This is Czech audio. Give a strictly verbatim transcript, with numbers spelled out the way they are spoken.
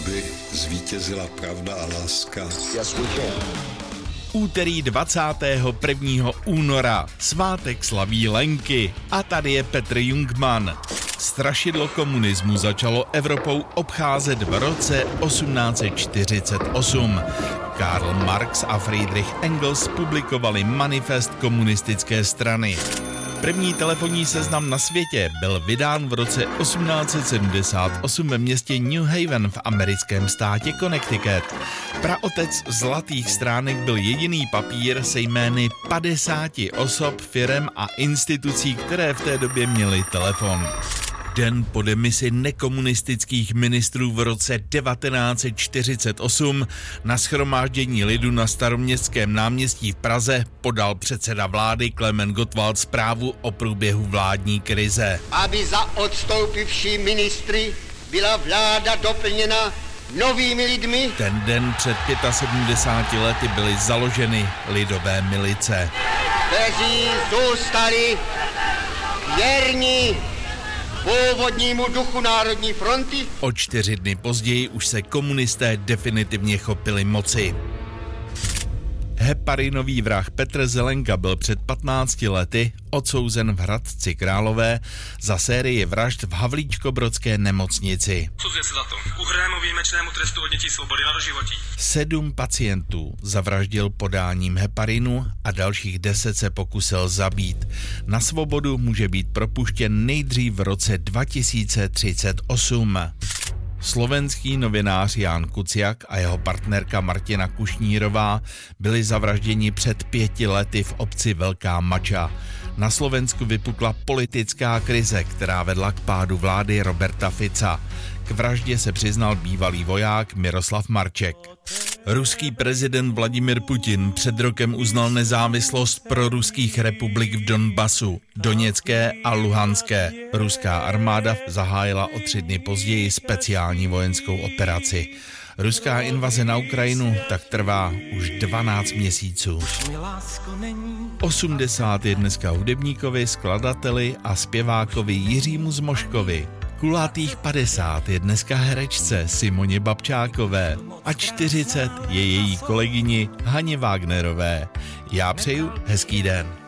aby zvítězila pravda a láska. Úterý dvacátého prvního února, svátek slaví Lenky a tady je Petr Jungmann. Strašidlo komunismu začalo Evropou obcházet v roce osmnáct set čtyřicet osm. Karl Marx a Friedrich Engels publikovali manifest komunistické strany. První telefonní seznam na světě byl vydán v roce osmnáct set sedmdesát osm ve městě New Haven v americkém státě Connecticut. Praotec zlatých stránek byl jediný papír se jmény padesáti osob, firem a institucí, které v té době měly telefon. Den po demisi nekomunistických ministrů v roce devatenáct set čtyřicet osm na shromáždění lidu na Staroměstském náměstí v Praze podal předseda vlády Klement Gottwald zprávu o průběhu vládní krize. Aby za odstoupivší ministry byla vláda doplněna novými lidmi. Ten den před sedmdesáti pěti lety byly založeny lidové milice, Kteří zůstali věrní původnímu duchu Národní fronty. O čtyři dny později už se komunisté definitivně chopili moci. Heparinový vrah Petr Zelenka byl před patnácti lety odsouzen v Hradci Králové za sérii vražd v Havlíčkobrodské nemocnici. Odsuzuje se za to uhranému výjimečnému trestu odnětí svobody na doživotí. Sedm pacientů zavraždil podáním heparinu a dalších deset se pokusil zabít. Na svobodu může být propuštěn nejdřív v roce dva tisíce třicet osm. Slovenský novinář Ján Kuciak a jeho partnerka Martina Kušnírová byli zavražděni před pěti lety v obci Velká Mača. Na Slovensku vypukla politická krize, která vedla k pádu vlády Roberta Fica. K vraždě se přiznal bývalý voják Miroslav Marček. Ruský prezident Vladimir Putin před rokem uznal nezávislost proruských republik v Donbasu, Doněcké a Luhanské. Ruská armáda zahájila o tři dny později speciální vojenskou operaci. Ruská invaze na Ukrajinu tak trvá už dvanáct měsíců. osmdesát je dneska hudebníkovi, skladateli a zpěvákovi Jiřímu Zmoškovi. Kulatých padesát je dneska herečce Simoně Babčákové a čtyřicet je její kolegyni Haně Wagnerové. Já přeju hezký den.